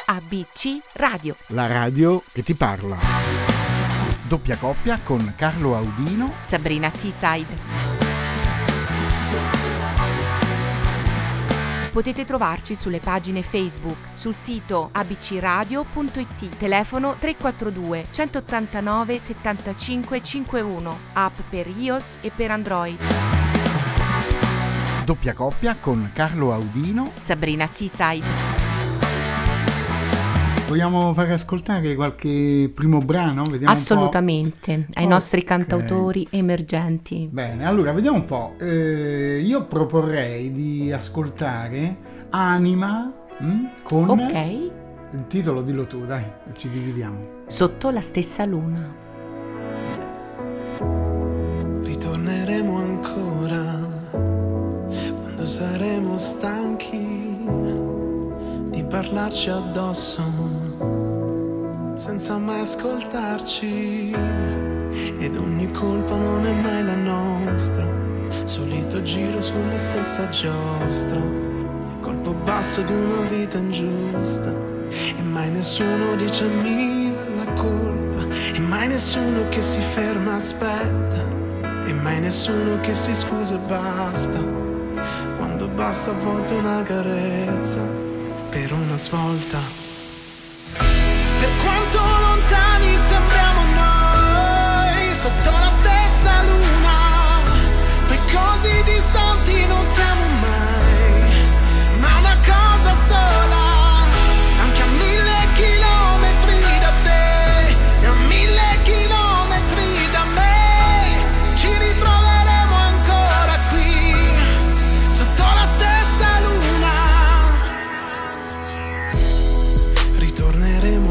ABC Radio. La radio che ti parla. Doppia coppia con Carlo Audino, Sabrina Seaside. Potete trovarci sulle pagine Facebook, sul sito abcradio.it, telefono 342 189 75 51, app per iOS e per Android. Doppia coppia con Carlo Audino, Sabrina Seaside. Vogliamo fare ascoltare qualche primo brano? Vediamo assolutamente, ai nostri cantautori emergenti. Bene, allora vediamo un po'. Io proporrei di ascoltare Anima con... Ok. Il titolo dillo tu, dai, ci dividiamo. Sotto la stessa luna. Ritorneremo ancora quando saremo stanchi di parlarci addosso senza mai ascoltarci, ed ogni colpa non è mai la nostra, solito giro sulla stessa giostra, colpo basso di una vita ingiusta, e mai nessuno dice mia la colpa, e mai nessuno che si ferma aspetta, e mai nessuno che si scusa e basta, quando basta a volte una carezza per una svolta. Per quanto lontani sembriamo noi, sotto la stessa luna, poi così distanti non siamo mai, ma una cosa sola, anche a 1000 chilometri da te e a 1000 chilometri da me, ci ritroveremo ancora qui, sotto la stessa luna. Ritorneremo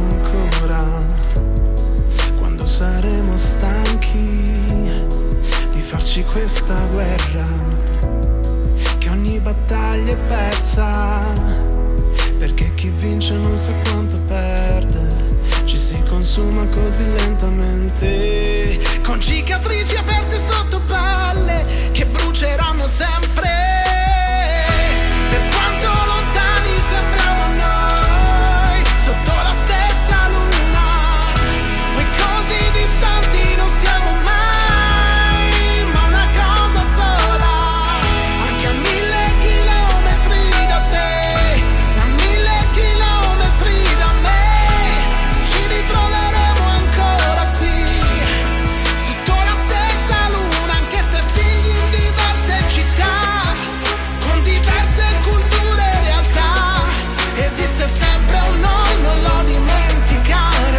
quando saremo stanchi di farci questa guerra, che ogni battaglia è persa, perché chi vince non sa quanto perde, ci si consuma così lentamente, con cicatrici aperte sotto pelle che bruceranno sempre. Per quanto lontani sembriamo noi, sotto la stessa luna, poi così distanti non siamo mai, ma una cosa sola, anche a 1000 chilometri da te e a 1000 chilometri da me, ci ritroveremo ancora qui, sotto la stessa luna, anche se figli in diverse città, con diverse culture e realtà, esiste sempre un noi, non lo dimenticare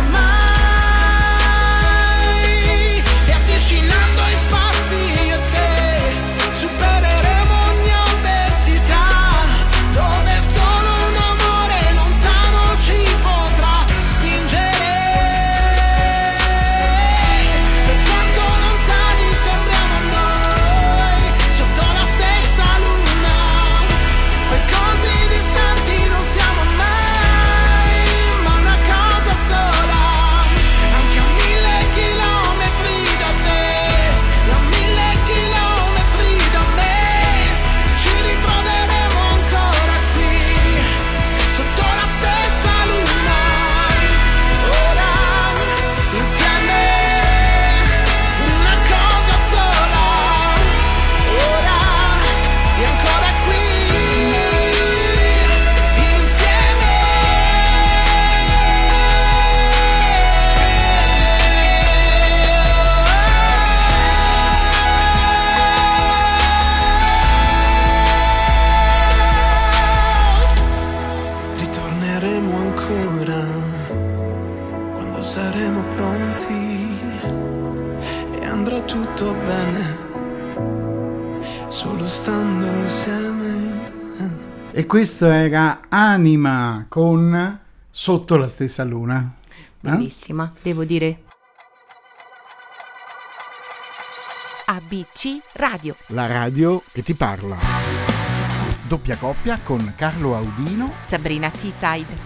mai, e avvicinando i passi a te, supereremo ogni avversità, dove solo un amore lontano ci potrà spingere. Per quanto lontani sembriamo noi, sotto la stessa luna, poi così distanti non siamo mai, ma una cosa sola, anche a 1000 chilometri da te e a 1000 chilometri da me, ci ritroveremo ancora qui, sotto la stessa luna, ora insieme, una cosa sola, ora e ancora qui, insieme. Ritorneremo ancora quando saremo pronti e andrà tutto bene solo stando insieme. E questo era Anima con Sotto la stessa luna. Bellissima, devo dire. ABC Radio. La radio che ti parla. Doppia coppia con Carlo Audino, Sabrina Seaside.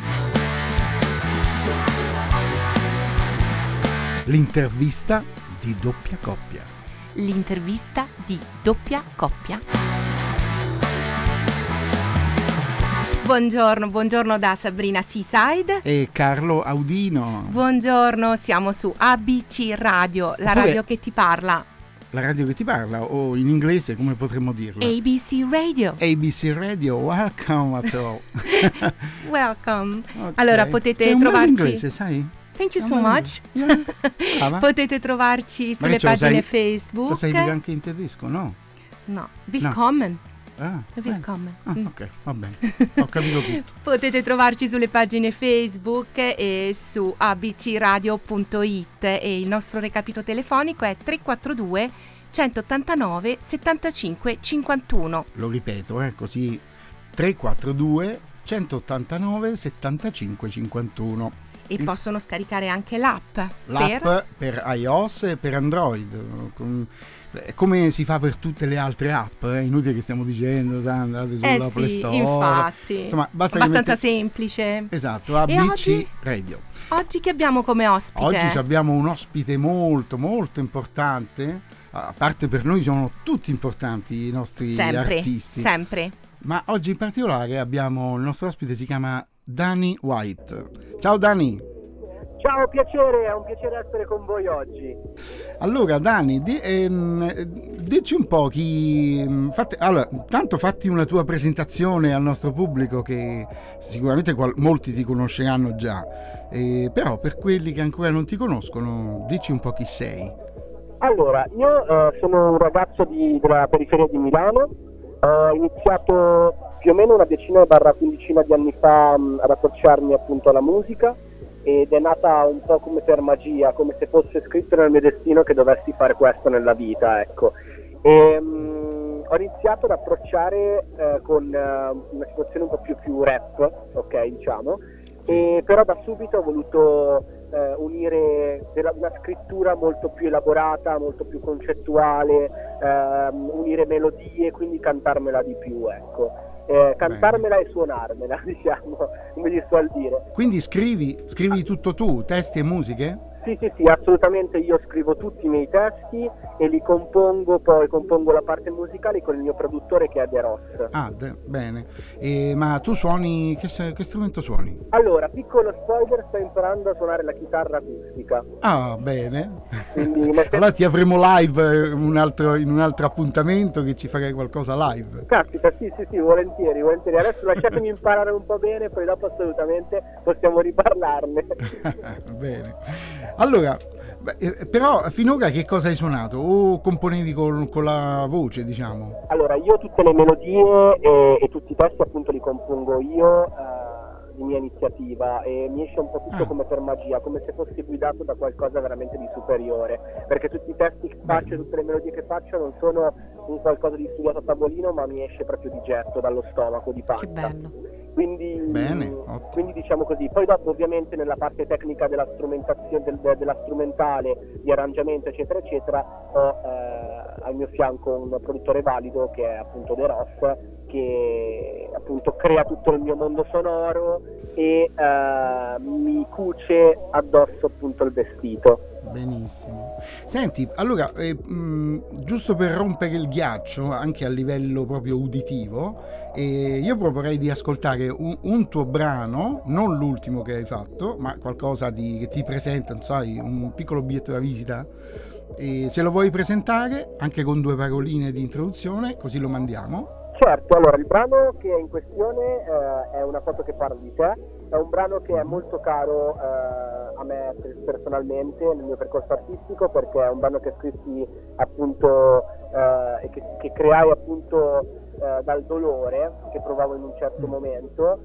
l'intervista di Doppia coppia. L'intervista di Doppia coppia. Buongiorno da Sabrina Seaside e Carlo Audino. Buongiorno, siamo su ABC Radio, la radio che ti parla. La radio che ti parla, o in inglese come potremmo dirlo? ABC Radio. ABC Radio, welcome at all. Welcome. Okay. Allora potete Sei un trovarci. bravo inglese, sai? Thank you so much. Yeah. Potete trovarci sulle pagine Facebook. Lo sai dire anche in tedesco, no? No, willkommen. Willkommen. Ok, va bene, ho capito tutto. Potete trovarci sulle pagine Facebook e su abcradio.it e il nostro recapito telefonico è 342 189 75 51. Lo ripeto, così 342 189 75 51. E possono scaricare anche l'app per iOS e per Android. Come si fa per tutte le altre app, è inutile che stiamo dicendo, andate sulla Play Store. Infatti, insomma, basta abbastanza semplice. Esatto, ABC Radio. Oggi che abbiamo come ospite? Oggi abbiamo un ospite molto molto importante. A parte, per noi sono tutti importanti i nostri artisti. Sempre. Ma oggi in particolare abbiamo il nostro ospite, si chiama Danny White. Ciao Danny. Ciao, piacere, è un piacere essere con voi oggi. Allora Dani, dici un po' fatti una tua presentazione al nostro pubblico, che sicuramente molti ti conosceranno già, però per quelli che ancora non ti conoscono, dici un po' chi sei. Allora, io sono un ragazzo della periferia di Milano, ho iniziato più o meno una decina barra quindicina di anni fa ad approcciarmi appunto alla musica, ed è nata un po' come per magia, come se fosse scritto nel mio destino che dovessi fare questo nella vita, ecco. Ho iniziato ad approcciare con una situazione un po' più rap, ok, diciamo, però da subito ho voluto unire una scrittura molto più elaborata, molto più concettuale, unire melodie, quindi cantarmela di più, ecco. Cantarmela e suonarmela, diciamo, come si suol dire. Quindi scrivi tutto tu, testi e musiche? Sì, assolutamente, io scrivo tutti i miei testi e li compongo la parte musicale con il mio produttore, che è The Ross. Bene. Ma tu suoni, che strumento suoni? Allora, piccolo spoiler, sto imparando a suonare la chitarra acustica. Bene. Quindi, allora ti avremo live in un altro appuntamento, che ci farai qualcosa live. Caspita, sì, volentieri. Adesso lasciatemi imparare un po' bene, poi dopo assolutamente possiamo riparlarne. Bene. Allora, però finora che cosa hai suonato? O componevi con la voce, diciamo? Allora, io tutte le melodie e tutti i testi appunto li compongo io di mia iniziativa, e mi esce un po' tutto come per magia, come se fossi guidato da qualcosa veramente di superiore, perché tutti i testi che faccio, tutte le melodie che faccio non sono un qualcosa di studiato a tavolino, ma mi esce proprio di getto, dallo stomaco, di pancia. Che bello. Quindi diciamo così. Poi dopo ovviamente nella parte tecnica della strumentazione, della strumentale, di arrangiamento eccetera eccetera, ho al mio fianco un produttore valido, che è appunto The Ross, che appunto crea tutto il mio mondo sonoro e mi cuce addosso appunto il vestito. Benissimo. Senti, allora, giusto per rompere il ghiaccio anche a livello proprio uditivo, io proporrei di ascoltare un tuo brano, non l'ultimo che hai fatto, ma qualcosa che ti presenta, non sai, un piccolo biglietto da visita. E se lo vuoi presentare anche con 2 paroline di introduzione, così lo mandiamo. Certo, allora il brano che è in questione è Una foto che parla di te, è un brano che è molto caro a me personalmente nel mio percorso artistico, perché è un brano che scrissi appunto e che creai appunto dal dolore che provavo in un certo momento,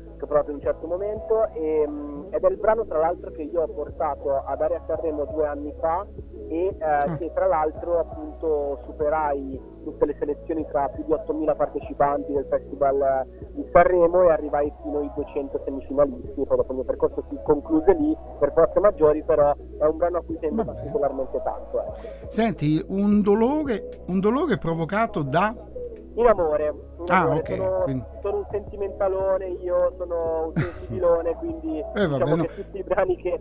ed è il brano tra l'altro che io ho portato ad Area Sanremo 2 anni fa e che tra l'altro appunto superai tutte le selezioni tra più di 8.000 partecipanti del Festival di Sanremo e arrivai fino ai 200 semifinalisti, e poi dopo il mio percorso si concluse lì per forze maggiori, però è un brano a cui tengo particolarmente tanto. Senti, un dolore provocato da... In amore, ok, sono un sentimentalone, io sono un sensibilone, quindi diciamo che tutti i brani che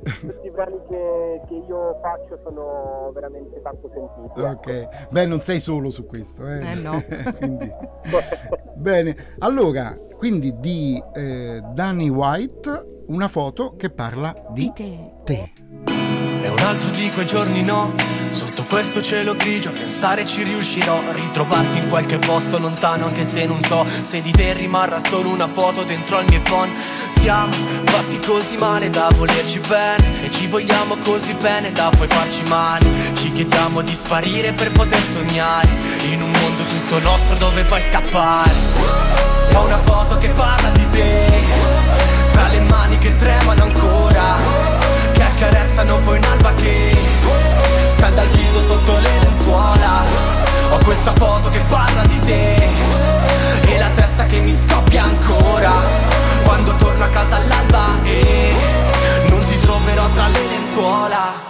io faccio sono veramente tanto sentiti. Ok, beh, non sei solo su questo, no. Quindi... Bene, allora, quindi di Danny White, una foto che parla di te. È un altro di quei giorni, no? Sotto questo cielo grigio a pensare ci riuscirò a ritrovarti in qualche posto lontano, anche se non so se di te rimarrà solo una foto dentro al mio phone. Siamo fatti così male da volerci bene e ci vogliamo così bene da poi farci male. Ci chiediamo di sparire per poter sognare in un mondo tutto nostro dove puoi scappare. Ho una foto che parla di te, tra le mani che tremano ancora, che accarezzano poi un'alba che scalda il viso sotto le lenzuola. Ho questa foto che parla di te e la testa che mi scoppia ancora quando torno a casa all'alba e non ti troverò tra le lenzuola.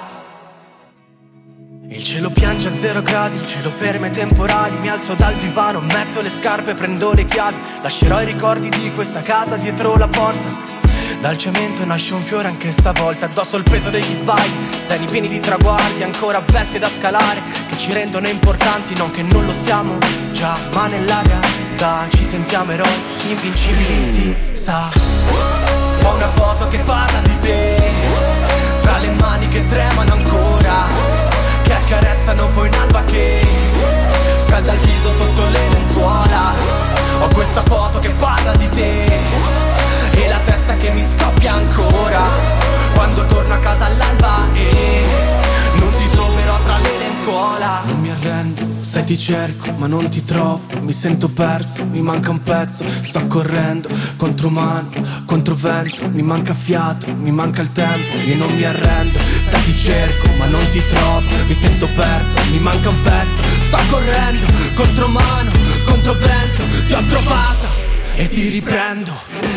Il cielo piange a 0 gradi, il cielo ferma i temporali. Mi alzo dal divano, metto le scarpe, prendo le chiavi. Lascerò i ricordi di questa casa dietro la porta. Dal cemento nasce un fiore anche stavolta, addosso il peso degli sbagli, seni pieni di traguardi, ancora vette da scalare, che ci rendono importanti, non che non lo siamo già, ma nella realtà ci sentiamo eroi, invincibili si sa. Ho una foto che parla di te, tra le mani che tremano ancora, che accarezzano poi un'alba che scalda il viso sotto le lenzuola. Ho questa foto che parla di te e la testa che mi scoppia ancora quando torno a casa all'alba e non ti troverò tra le lenzuola. Non mi arrendo, sai ti cerco ma non ti trovo, mi sento perso, mi manca un pezzo, sto correndo contro mano, contro vento, mi manca fiato, mi manca il tempo, io non mi arrendo, sai ti cerco ma non ti trovo, mi sento perso, mi manca un pezzo, sto correndo contro mano, contro vento, ti ho trovata e ti riprendo.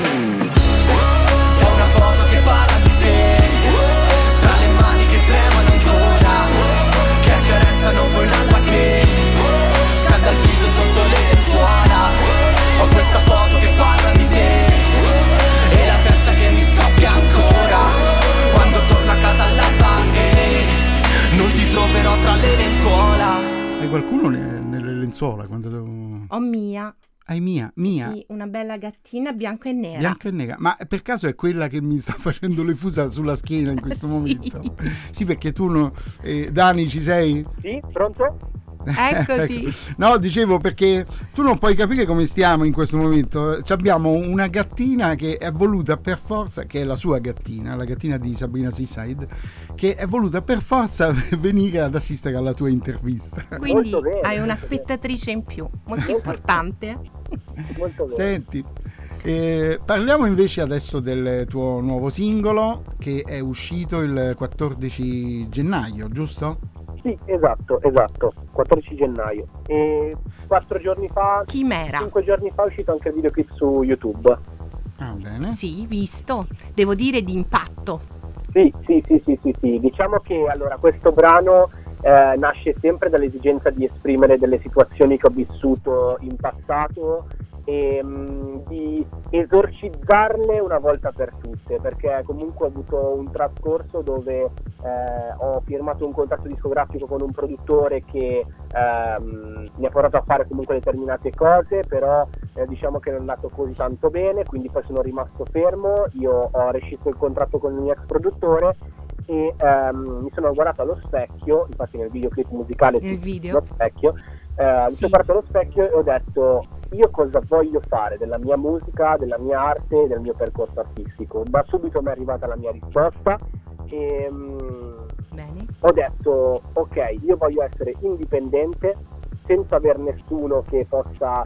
È una foto che parla di te, tra le mani che tremano ancora, che accarezzano poi l'alba che scalda il viso sotto le lenzuola. Ho questa foto che parla di te e la testa che mi scoppia ancora quando torno a casa all'alba e non ti troverò tra le lenzuola. Hai qualcuno nelle lenzuola quando devo... Ho Mia. Hai Mia? Sì, una bella gattina bianca e nera. Bianca e nera. Ma per caso è quella che mi sta facendo le fusa sulla schiena in questo momento? Sì, perché tu Dani, ci sei? Sì, pronto? Eccoti. No, dicevo perché tu non puoi capire come stiamo in questo momento. Abbiamo una gattina che è voluta per forza, che è la sua gattina, la gattina di Sabrina Seaside, che è voluta per forza venire ad assistere alla tua intervista. Quindi hai una spettatrice in più, molto importante. Molto bene. Senti, parliamo invece adesso del tuo nuovo singolo che è uscito il 14 gennaio, giusto? Sì, esatto, 14 gennaio. E 4 giorni fa, Chimera. 5 giorni fa è uscito anche il videoclip su YouTube. Ah, bene. Sì, visto. Devo dire di impatto. Sì. Diciamo che allora questo brano nasce sempre dall'esigenza di esprimere delle situazioni che ho vissuto in passato e di esorcizzarle una volta per tutte, perché comunque ho avuto un trascorso dove ho firmato un contratto discografico con un produttore che mi ha portato a fare comunque determinate cose, però diciamo che non è andato così tanto bene, quindi poi sono rimasto fermo. Io ho rescisso il contratto con il mio ex produttore e mi sono guardato allo specchio, infatti nel videoclip musicale nel video specchio, mi sono guardato allo specchio e ho detto: io cosa voglio fare della mia musica, della mia arte, del mio percorso artistico. Da subito mi è arrivata la mia risposta e bene. Ho detto: ok, io voglio essere indipendente senza aver nessuno che possa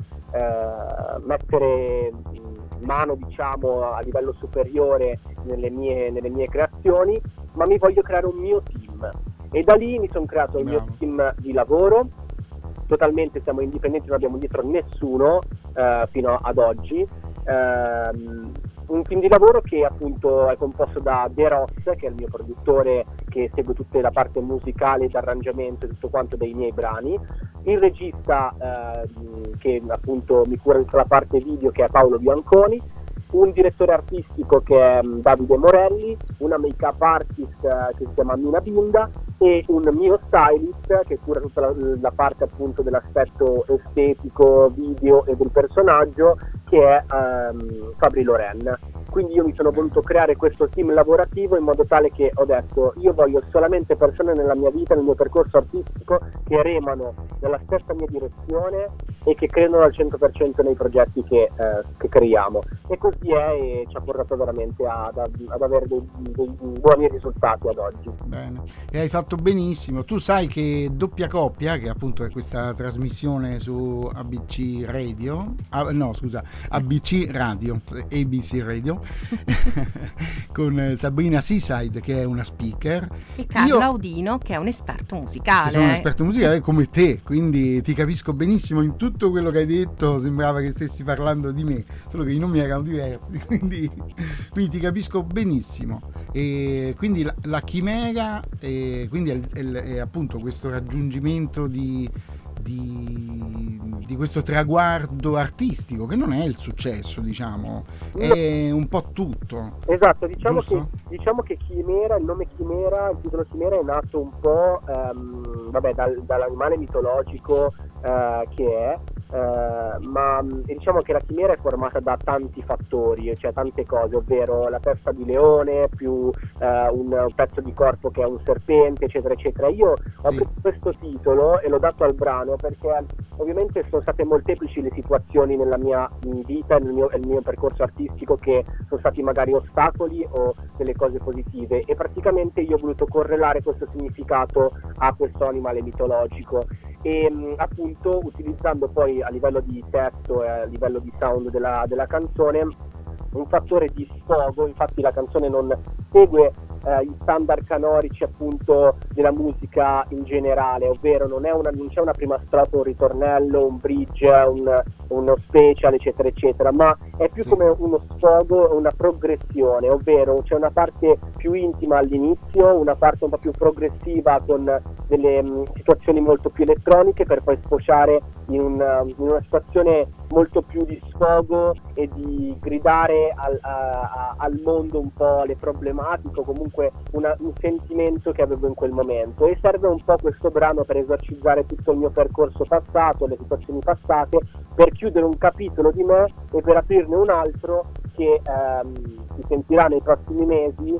mettere mano, diciamo, a livello superiore nelle mie creazioni, ma mi voglio creare un mio team. E da lì mi sono creato il mio team di lavoro. Totalmente siamo indipendenti, non abbiamo dietro nessuno fino ad oggi. Un team di lavoro che appunto è composto da De Ross, che è il mio produttore che segue tutta la parte musicale ed arrangiamento e tutto quanto dei miei brani, il regista che appunto mi cura tutta la parte video, che è Paolo Bianconi, un direttore artistico che è Davide Morelli, una make-up artist che si chiama Mina Binda e un mio stylist che cura tutta la parte appunto dell'aspetto estetico, video e del personaggio, che è Fabri Loren. Quindi io mi sono voluto creare questo team lavorativo in modo tale che ho detto: io voglio solamente persone nella mia vita, nel mio percorso artistico, che remano nella stessa mia direzione e che credono al 100% nei progetti che creiamo. E così è, e ci ha portato veramente ad avere dei buoni risultati ad oggi. Bene, e hai fatto benissimo. Tu sai che Doppia Coppia, che appunto è questa trasmissione su ABC Radio, ABC Radio con Sabrina Seaside, che è una speaker, e Carlo Audino, che è un esperto musicale. Sono un esperto musicale come te, quindi ti capisco benissimo. In tutto quello che hai detto sembrava che stessi parlando di me, solo che i nomi erano diversi, quindi ti capisco benissimo. E quindi la chimera, quindi è appunto questo raggiungimento di questo traguardo artistico, che non è il successo, diciamo, è un po' tutto. Esatto, diciamo che Chimera, il nome Chimera, il titolo Chimera è nato un po' dall'animale mitologico che è, ma diciamo che la chimera è formata da tanti fattori, cioè tante cose, ovvero la testa di leone più un pezzo di corpo che è un serpente, eccetera eccetera. Io ho preso questo titolo e l'ho dato al brano perché ovviamente sono state molteplici le situazioni nella mia vita e nel mio percorso artistico che sono stati magari ostacoli o delle cose positive, e praticamente io ho voluto correlare questo significato a questo animale mitologico, e appunto utilizzando poi a livello di testo e a livello di sound della canzone un fattore di sfogo. Infatti la canzone non segue gli standard canorici appunto della musica in generale, ovvero non c'è una prima strofa, un ritornello, un bridge, uno special, eccetera eccetera, ma è più come uno sfogo, una progressione, ovvero c'è una parte più intima all'inizio, una parte un po' più progressiva con delle situazioni molto più elettroniche, per poi sfociare in una situazione molto più di sfogo e di gridare al mondo un po' le problematiche, o comunque un sentimento che avevo in quel momento. E serve un po' questo brano per esorcizzare tutto il mio percorso passato, le situazioni passate, per chiudere un capitolo di me e per aprirne un altro che si sentirà nei prossimi mesi,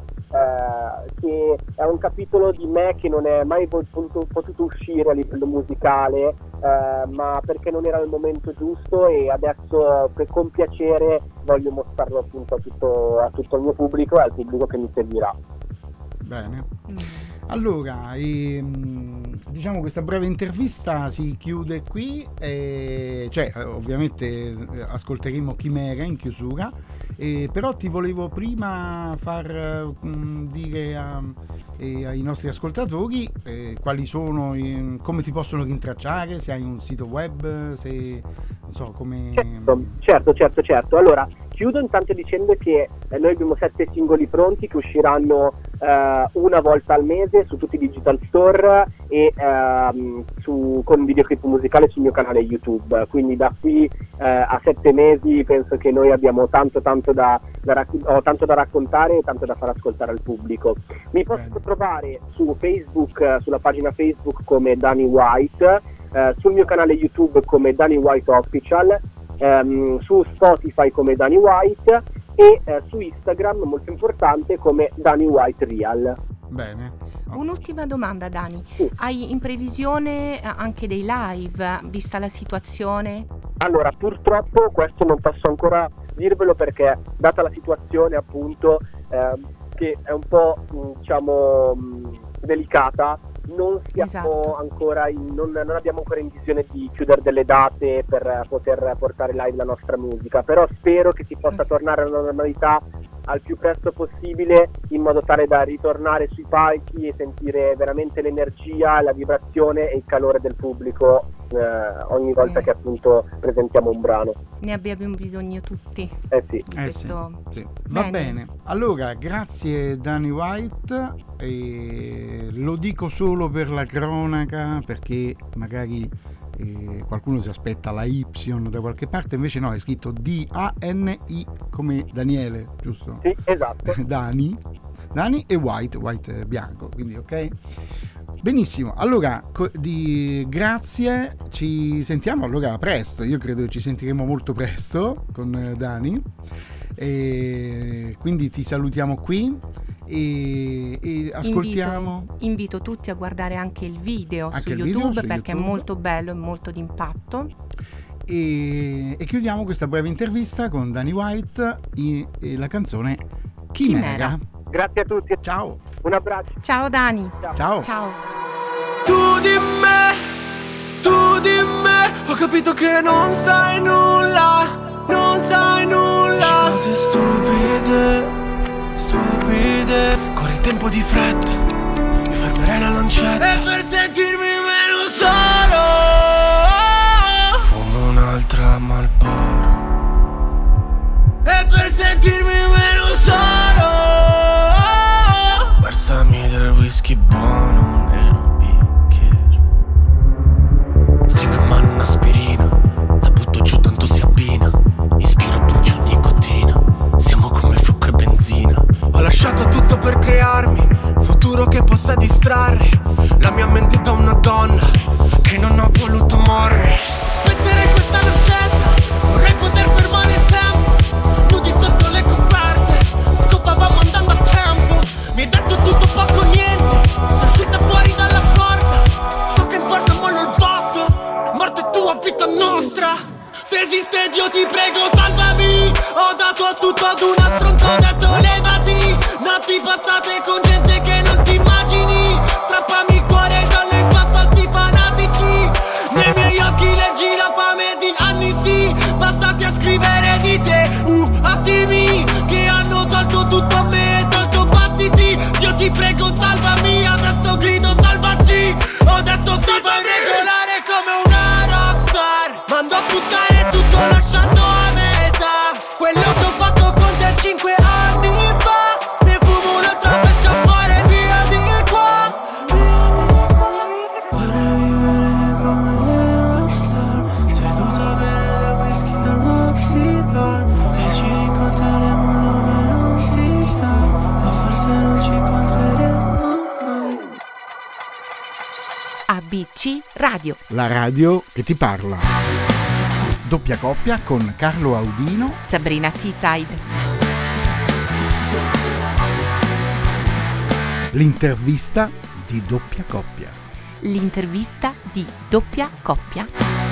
che è un capitolo di me che non è mai potuto uscire a livello musicale, ma perché non era il momento giusto, e adesso con piacere voglio mostrarlo appunto a tutto il mio pubblico e al pubblico che mi seguirà. Bene. Allora, diciamo questa breve intervista si chiude qui, cioè ovviamente ascolteremo Chimera in chiusura, però ti volevo prima far dire ai nostri ascoltatori quali sono, come ti possono rintracciare, se hai un sito web, se non so come... Certo. Allora, chiudo intanto dicendo che noi abbiamo 7 singoli pronti che usciranno una volta al mese su tutti i digital store e con videoclip musicale sul mio canale YouTube. Quindi da qui a 7 mesi penso che noi abbiamo tanto da raccontare e tanto da far ascoltare al pubblico. Mi potete trovare su Facebook, sulla pagina Facebook come Danny White, sul mio canale YouTube come Danny White Official, su Spotify come Danny White e su Instagram, molto importante, come Danny White Real. Bene. Un'ultima domanda, Dani. Sì. Hai in previsione anche dei live, vista la situazione? Allora, purtroppo questo non posso ancora dirvelo perché, data la situazione appunto che è un po' delicata, non siamo ancora non abbiamo ancora in visione di chiudere delle date per poter portare live la nostra musica, però spero che si possa tornare alla normalità al più presto possibile, in modo tale da ritornare sui palchi e sentire veramente l'energia, la vibrazione e il calore del pubblico ogni volta che appunto presentiamo un brano. Ne abbiamo bisogno tutti. Sì. Sì. Va bene. Allora, grazie Danny White, lo dico solo per la cronaca, perché magari qualcuno si aspetta la Y da qualche parte, invece no, è scritto D-A-N-I come Daniele, giusto? Sì, esatto. Dani e White è bianco, quindi ok. Benissimo, allora grazie, ci sentiamo allora presto, io credo che ci sentiremo molto presto con Dani, e quindi ti salutiamo qui e ascoltiamo. Invito tutti a guardare anche il video Anche su il YouTube, video su perché YouTube. è molto bello e molto d'impatto. E chiudiamo questa breve intervista con Danny White e la canzone Chimera. Grazie a tutti. Ciao. Un abbraccio. Ciao Dani. Ciao. Tu di me, ho capito che non sai nulla. Dici cose stupide, corre il tempo di fretta, mi fermerei la lancetta. E per sentirmi meno solo, fumo un'altra Marlboro. E per sentirmi meno solo, versami del whisky buono nel bicchiere. Stringo in mano un'aspirina, la butto giù tanto si abbina. Ispiro, brucio nicotina, siamo come fuoco e benzina. Ho lasciato tutto per crearmi un futuro che possa distrarre la mia mente da una donna che non ho voluto morire. Spezzerei questa lancetta, vorrei poter fermare il tempo. Nudi sotto le coperte, scopavamo andando a tempo. Mi hai detto tutto poco niente, sono uscita fuori dalla porta. Ma che importa, mollo il botto, morte tua, vita nostra. Se esiste Dio ti prego salvami. Ho dato tutto ad una stronza, ho detto levati. Notti passate con gente che non ti immagini. Strappami il cuore, dallo impasto a sti fanatici. Nei miei occhi leggi la fame di anni sì, passati a scrivere di te attimi che hanno tolto tutto a me e tolto battiti. Dio ti prego salvami, adesso grido salvaci. Ho detto salva regolare come una rockstar. Mando a puttane tutto lasciando a metà quello che ho fatto con te 5 anni fa. Ne fumo un'altra per scappare via di qua. Vorrei vivere come le rockstar, seduta a bere whisky al Roxy Bar. E ci incontreremo dove non si sta, ma forse non ci incontreremo mai. ABC Radio. La radio che ti parla. Doppia coppia con Carlo Audino, Sabrina Seaside. l'intervista di doppia coppia. L'intervista di doppia coppia.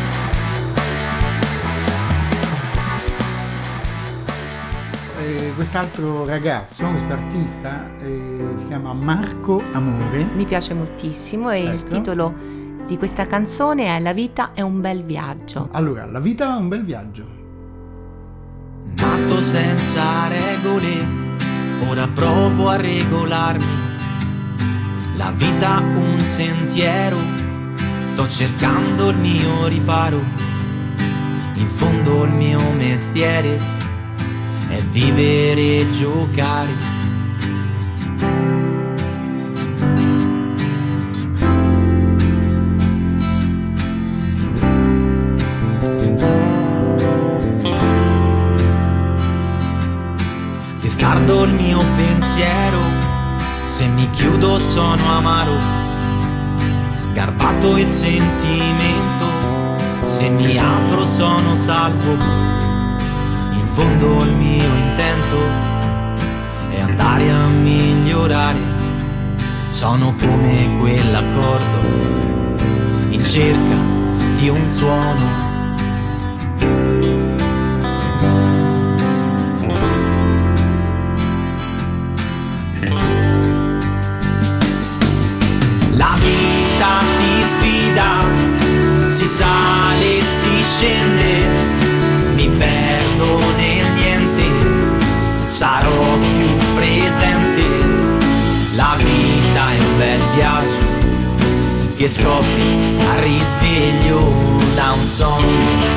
Quest'altro ragazzo, quest'artista, si chiama Marco Amore. Mi piace moltissimo e il Ecco. titolo di questa canzone è La vita è un bel viaggio. Allora, la vita è un bel viaggio. Nato senza regole, ora provo a regolarmi. La vita un sentiero, sto cercando il mio riparo. In fondo il mio mestiere è vivere e giocare. Testardo il mio pensiero, se mi chiudo sono amaro. Garbato il sentimento, se mi apro sono salvo. In fondo il mio intento è andare a migliorare. Sono come quell'accordo in cerca di un suono. La vita ti sfida, si sale e si scende, mi perdo nel niente, sarò più presente. La vita è un bel viaggio che scopri al risveglio. da un sogno.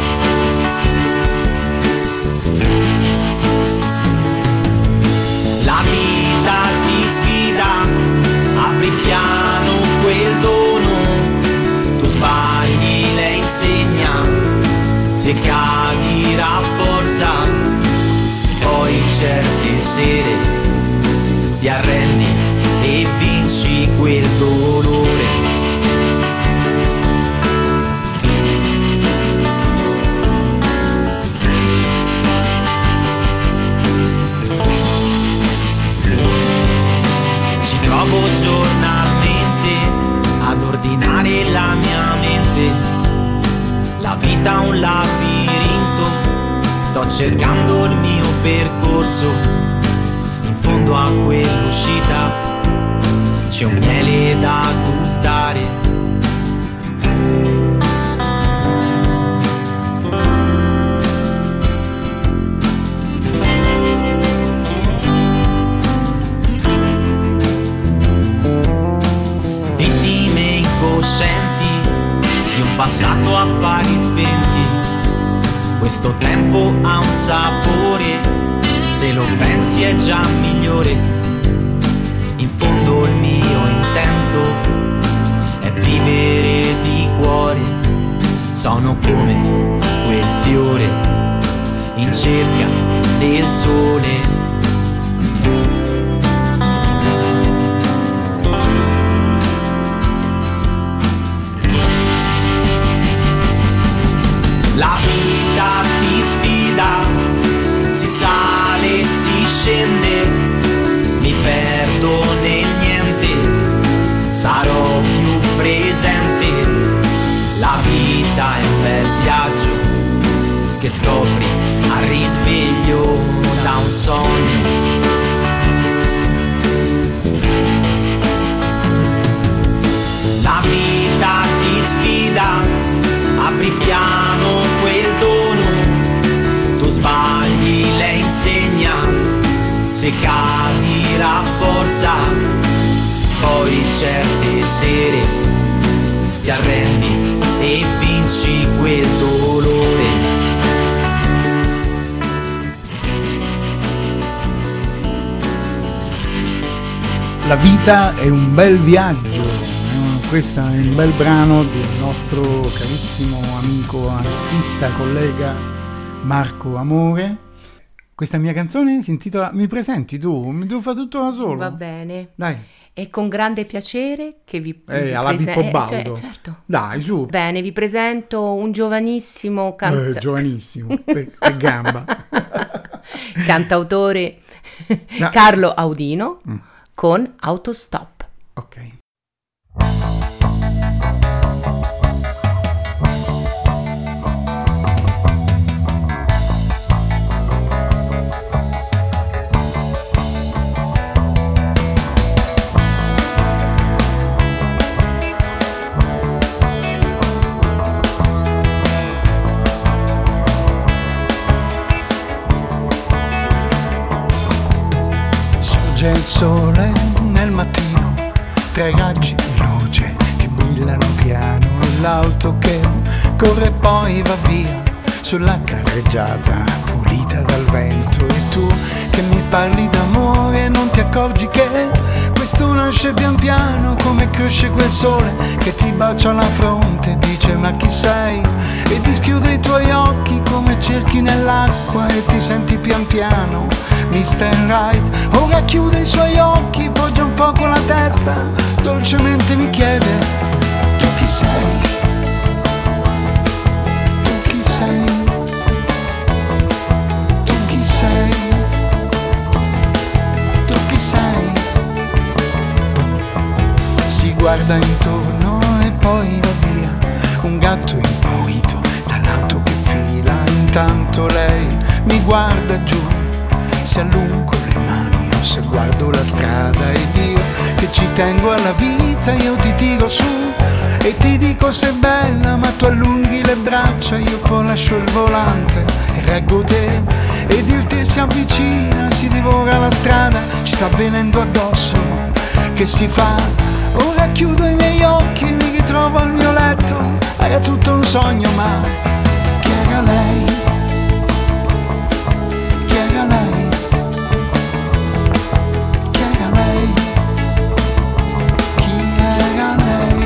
La vita ti sfida, apri piano quel dono, tu sbagli, lei insegna, se caghi rafforza, poi certe sere ti arrendi e vinci quel dolore. Provo giornalmente ad ordinare la mia mente. La vita è un labirinto, sto cercando il mio percorso. In fondo a quell'uscita c'è un miele da gustare. Di un passato a fari spenti, questo tempo ha un sapore, se lo pensi è già migliore. In fondo il mio intento è vivere di cuore, sono come quel fiore in cerca del sole. La vita ti sfida, si sale e si scende, mi perdo nel niente, sarò più presente. La vita è un bel viaggio che scopri al risveglio da un sogno. La vita ti sfida, apri piano quel dono, tu sbagli, lei insegna, se cadi rafforza, poi certe sere ti arrendi e vinci quel dolore. La vita è un bel viaggio. Questo è un bel brano del nostro carissimo amico, artista, collega Marco Amore. Questa mia canzone si intitola Mi presenti tu? Mi devo fare tutto da solo? Va bene. Dai. È con grande piacere che vi alla Pippo Baudo. Certo. Dai, su. Bene, vi presento un giovanissimo giovanissimo, per gamba. cantautore No. Carlo Audino con Autostop. Ok. Sorge il sole nel mattino, 3 raggi di luce che brillano piano, e l'auto che corre e poi va via sulla carreggiata pulita dal vento. E tu che mi parli d'amore, non ti accorgi che questo nasce pian piano, come cresce quel sole che ti bacia la fronte e dice ma chi sei? E dischiude i tuoi occhi come cerchi nell'acqua e ti senti pian piano Mr. Right. Ora chiude i suoi occhi, poggia un poco la testa, dolcemente mi chiede tu chi sei? Tu chi sei? Tu chi sei? Tu chi sei? Si guarda intorno e poi va via, un gatto impaurito dall'auto che fila. Intanto lei mi guarda giù, se allungo le mani o se guardo la strada, ed io che ci tengo alla vita io ti tiro su e ti dico sei bella, ma tu allunghi le braccia, io poi lascio il volante e reggo te, ed il tè si avvicina, si divora la strada, ci sta venendo addosso, che si fa? Ora chiudo i miei miei occhi mi ritrovo al mio letto, era tutto un sogno, ma chi era lei? Chi era lei? Chi era lei? Chi era lei?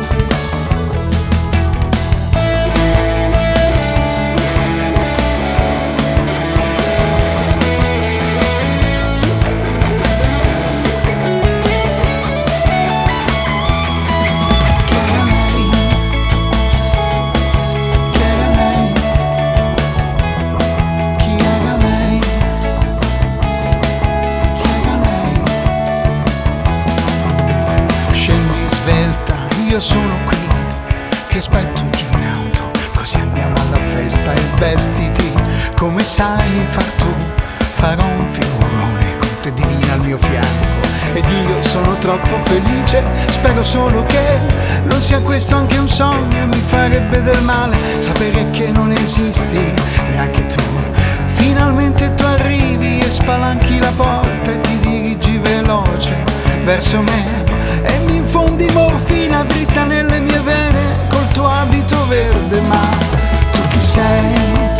Io sono qui, ti aspetto giù in auto, così andiamo alla festa e vestiti come sai far tu. Farò un figurone con te divina al mio fianco ed io sono troppo felice, spero solo che non sia questo anche un sogno. Mi farebbe del male sapere che non esisti neanche tu. Finalmente tu arrivi e spalanchi la porta e ti dirigi veloce verso me e mi infondi morfina dritta nelle mie vene col tuo abito verde. Ma tu chi sei?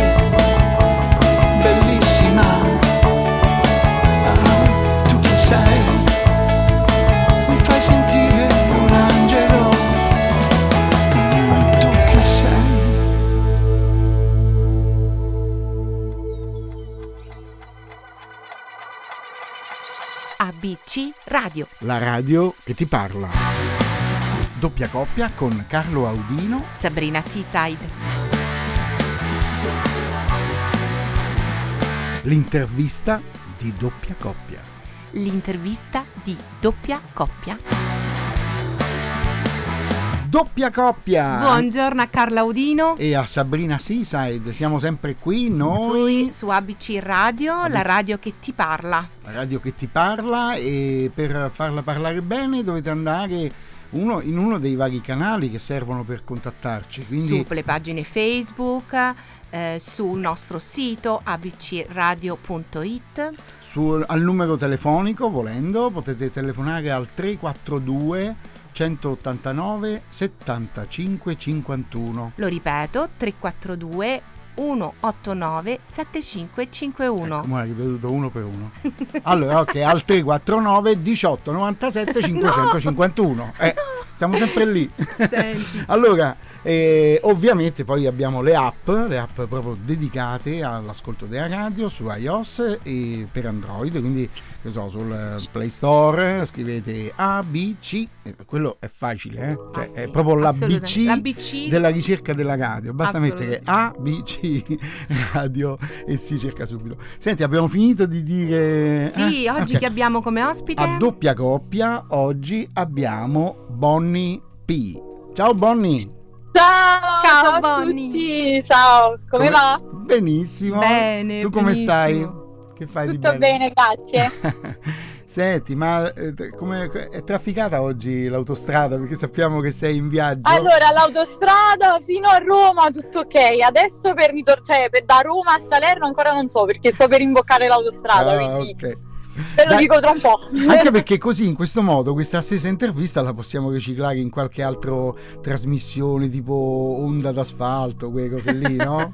Bellissima. Ah, tu chi sei? Mi fai sentire un angelo. Tu chi sei? ABC Radio. La radio che ti parla. Doppia coppia con Carlo Audino, Sabrina Seaside. l'intervista di doppia coppia. L'intervista di doppia coppia. Doppia coppia! Buongiorno a Carlo Audino. E a Sabrina Seaside, siamo sempre qui noi, Su ABC Radio, la radio che ti parla. la radio che ti parla, e per farla parlare bene dovete andare in uno dei vari canali che servono per contattarci, quindi Sulle pagine Facebook, sul nostro sito abcradio.it. al numero telefonico, volendo, potete telefonare al 342 189 75 51. Lo ripeto, 342 189 7551. Come l'hai ripetuto uno per uno? Allora, ok, al 349 18 97 551. Siamo sempre lì. Senti. Allora, ovviamente poi abbiamo le app proprio dedicate all'ascolto della radio su iOS e per Android, quindi che so, sul Play Store scrivete ABC, quello è facile, cioè sì, è proprio assolutamente. l'ABC della ricerca della radio, basta mettere Assolutamente. ABC radio e si cerca subito. Senti, abbiamo finito di dire... Sì, oggi ok. che abbiamo come ospite? A doppia coppia oggi abbiamo Bonnie P. Ciao Bonnie. Ciao Ciao, a Bonnie. tutti, ciao, come va? Benissimo. Bene, Tu come benissimo. stai? Che fai di Tutto bello? bene, grazie. Senti, ma come è trafficata oggi l'autostrada? Perché sappiamo che sei in viaggio. Allora, l'autostrada fino a Roma tutto ok, adesso per da Roma a Salerno ancora non so perché sto per imboccare l'autostrada, quindi ok. ve lo Dai, dico tra un po'. Anche perché così, in questo modo, questa stessa intervista la possiamo riciclare in qualche altra trasmissione, tipo Onda d'asfalto, quelle cose lì, no?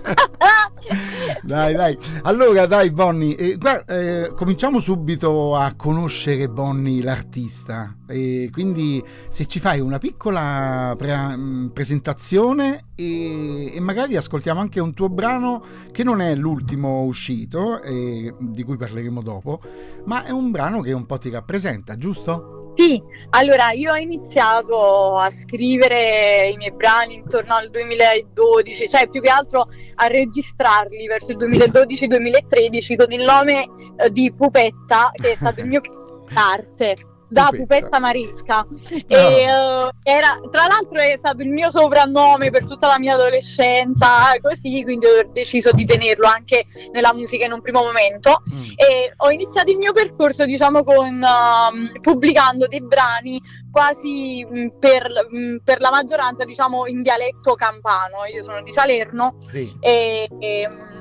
Dai. Allora, dai, Bonnie, cominciamo subito a conoscere Bonnie l'artista. Quindi, se ci fai una piccola presentazione e magari ascoltiamo anche un tuo brano che non è l'ultimo uscito, di cui parleremo dopo, ma è un brano che un po' ti rappresenta, giusto? Sì, allora io ho iniziato a scrivere i miei brani intorno al 2012, cioè più che altro a registrarli verso il 2012-2013 con il nome di Pupetta, che è stato il mio arte. Da Pupetta Maresca e era, tra l'altro è stato il mio soprannome per tutta la mia adolescenza, così, quindi ho deciso di tenerlo anche nella musica in un primo momento e ho iniziato il mio percorso, diciamo, con pubblicando dei brani quasi per la maggioranza, diciamo, in dialetto campano. Io sono di Salerno Sì.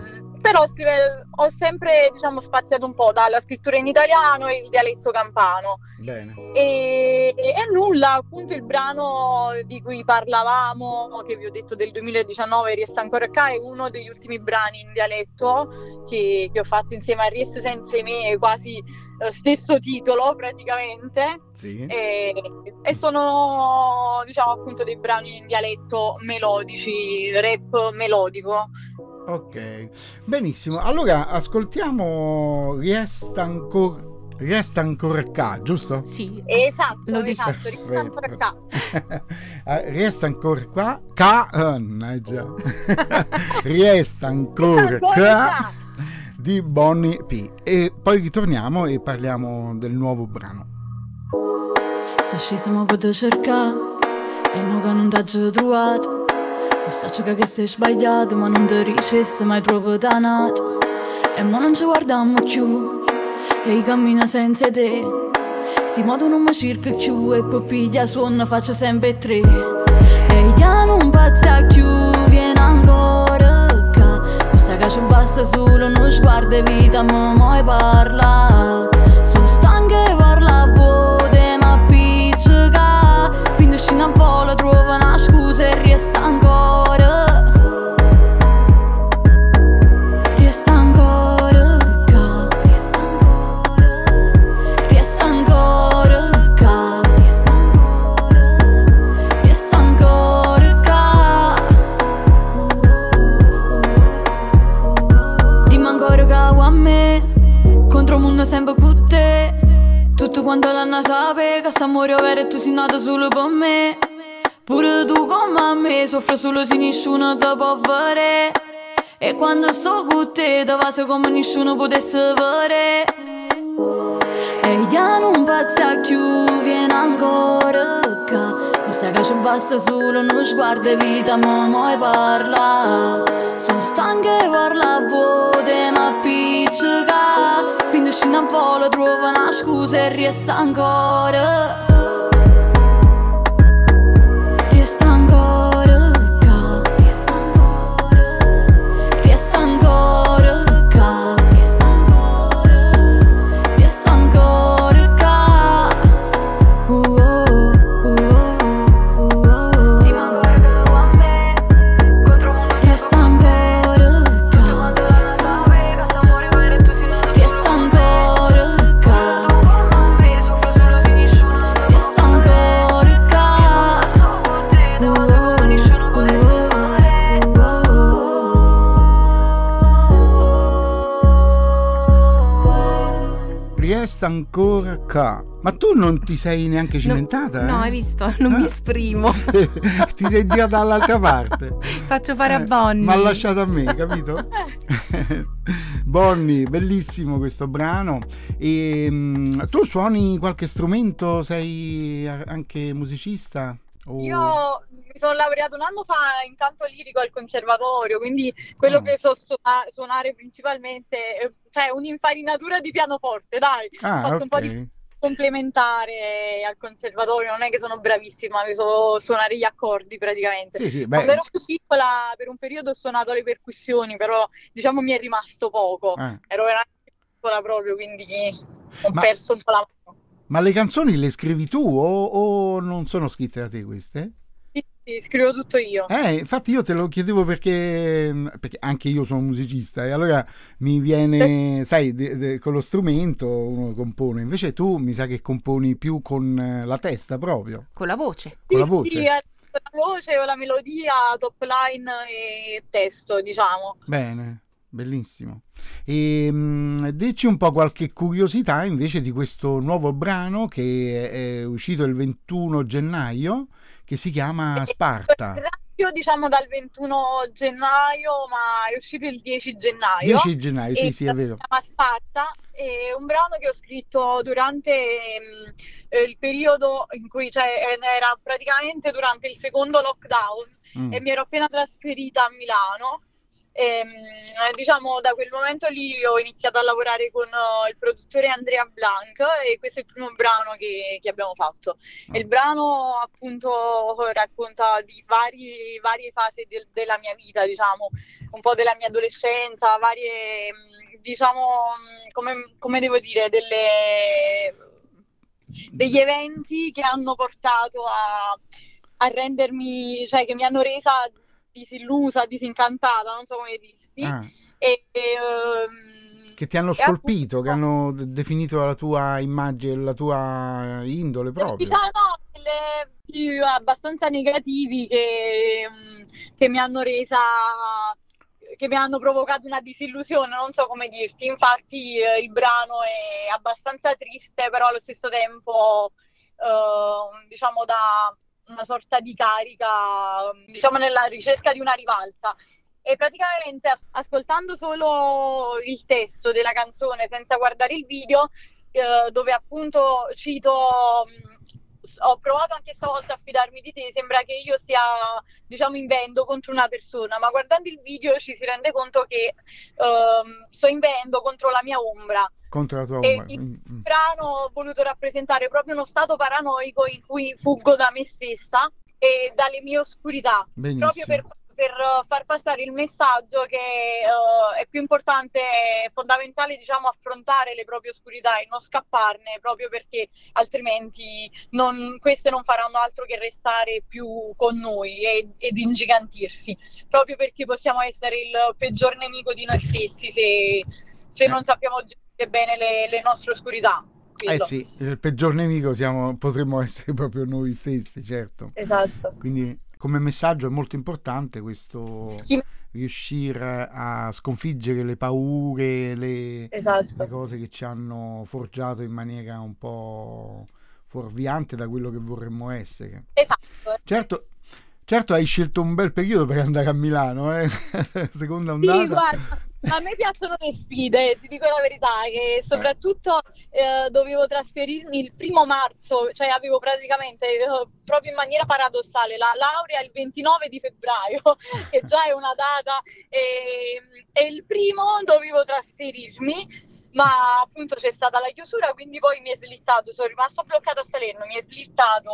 però ho sempre, diciamo, spaziato un po' dalla scrittura in italiano e il dialetto campano. Bene. E nulla, appunto il brano di cui parlavamo, che vi ho detto del 2019, Riesta ancora qua, è uno degli ultimi brani in dialetto che ho fatto insieme a Riesta senza me, quasi stesso titolo praticamente. Sì. E sono, diciamo, appunto dei brani in dialetto melodici, rap melodico. Ok, benissimo. Allora ascoltiamo Riesta ancora qua, giusto? Sì, Esatto, lo dici. esatto, Riesta ancora qua. Riesta ancora qua, già. Riesta ancora qua di Bonnie P. E poi ritorniamo e parliamo del nuovo brano. So scesa ma potevo cercare e no che non t'ho trovato. Saggio che sei sbagliato ma non ti ricesso mai trovato nato. E mo non ci guardiamo più e io cammino senza te. Si modo non mi cerca più e poi piglia suono faccio sempre tre. E io non pazza più viene ancora qua. Mi sa che ci basta solo uno sguardo e vita ma mai parla. Sono stanca e parla a voce ma pizzica. Quindi scina un po' la trova una scusa e resta ancora. Sempre con te. Tutto quanto l'hanno sape che s'amore vero e tu sei nato solo per me. Pure tu come me soffri solo se nessuno ti può vedere. E quando sto con te ti va come nessuno potesse vedere. E io non pazza più viene ancora qua. Mi sa che ci basta solo uno sguardo e vita ma mai parla. Sono stanca e parla a voce ma pizzica. Quindi scina un po' lo trova una scusa e resta ancora. Resta ancora qua. Resta ancora qua. Resta ancora qua. Ti manco a me. Contro un mondo resta ancora qua. Resta Riesta ancora qua. Ma tu non ti sei neanche cimentata? No, hai visto? Non mi esprimo. Ti sei girata dall'altra parte. Faccio fare a Bonnie. Ma ha lasciato a me, capito? Bonnie, bellissimo questo brano. E tu suoni qualche strumento? Sei anche musicista? Io mi sono laureato un anno fa in canto lirico al conservatorio, quindi quello che so suonare principalmente cioè un'infarinatura di pianoforte, dai. Ho fatto un po' di complementare al conservatorio, non è che sono bravissima, mi so suonare gli accordi praticamente. Sì, quando ero più piccola per un periodo ho suonato le percussioni, però diciamo mi è rimasto poco. Ero veramente piccola proprio, quindi ho perso un po' la mano. Ma le canzoni le scrivi tu o non sono scritte da te queste? Sì, scrivo tutto io. Infatti io te lo chiedevo perché anche io sono musicista e allora mi viene, sai, con lo strumento uno compone, invece tu mi sa che componi più con la testa proprio. Con la voce. Con la voce. Sì, la voce o la melodia, top line e testo, diciamo. Bene. Bellissimo. E dici un po' qualche curiosità invece di questo nuovo brano che è uscito il 21 gennaio che si chiama Sparta. Diciamo dal 21 gennaio, ma è uscito il 10 gennaio. 10 gennaio, sì, è vero. Si chiama Sparta, è un brano che ho scritto durante il periodo in cui, era praticamente durante il secondo lockdown e mi ero appena trasferita a Milano. Diciamo da quel momento lì ho iniziato a lavorare con il produttore Andrea Blanc e questo è il primo brano che abbiamo fatto. E il brano appunto racconta di varie fasi della mia vita, diciamo, un po' della mia adolescenza, varie, diciamo, come devo dire, degli eventi che hanno portato a rendermi, cioè che mi hanno resa disillusa, disincantata, non so come dirti. Che ti hanno scolpito, che hanno definito la tua immagine, la tua indole proprio. Diciamo più abbastanza negativi che mi hanno resa, che mi hanno provocato una disillusione, non so come dirti. Infatti il brano è abbastanza triste, però allo stesso tempo diciamo da una sorta di carica, diciamo, nella ricerca di una rivalsa. E praticamente ascoltando solo il testo della canzone senza guardare il video, dove appunto cito ho provato anche stavolta a fidarmi di te, sembra che io stia, diciamo, inveendo contro una persona, ma guardando il video ci si rende conto che sto inveendo contro la mia ombra. Contro la tua ombra. Il brano ho voluto rappresentare proprio uno stato paranoico in cui fuggo da me stessa e dalle mie oscurità. Benissimo. Proprio per far passare il messaggio che è più importante, è fondamentale, diciamo, affrontare le proprie oscurità e non scapparne, proprio perché altrimenti queste non faranno altro che restare più con noi ed ingigantirsi, proprio perché possiamo essere il peggior nemico di noi stessi se non sappiamo gestire bene le nostre oscurità. Sì, il peggior nemico potremmo essere proprio noi stessi, certo. Esatto. Quindi come messaggio è molto importante questo, riuscire a sconfiggere le paure, le cose che ci hanno forgiato in maniera un po' fuorviante da quello che vorremmo essere. Esatto. Certo, hai scelto un bel periodo per andare a Milano, seconda ondata. Sì, guarda, a me piacciono le sfide, ti dico la verità, che soprattutto dovevo trasferirmi il 1° marzo, cioè avevo praticamente proprio in maniera paradossale la laurea il 29 di febbraio, che già è una data, e il 1° dovevo trasferirmi, ma appunto c'è stata la chiusura, quindi poi mi è slittato, sono rimasta bloccata a Salerno, mi è slittata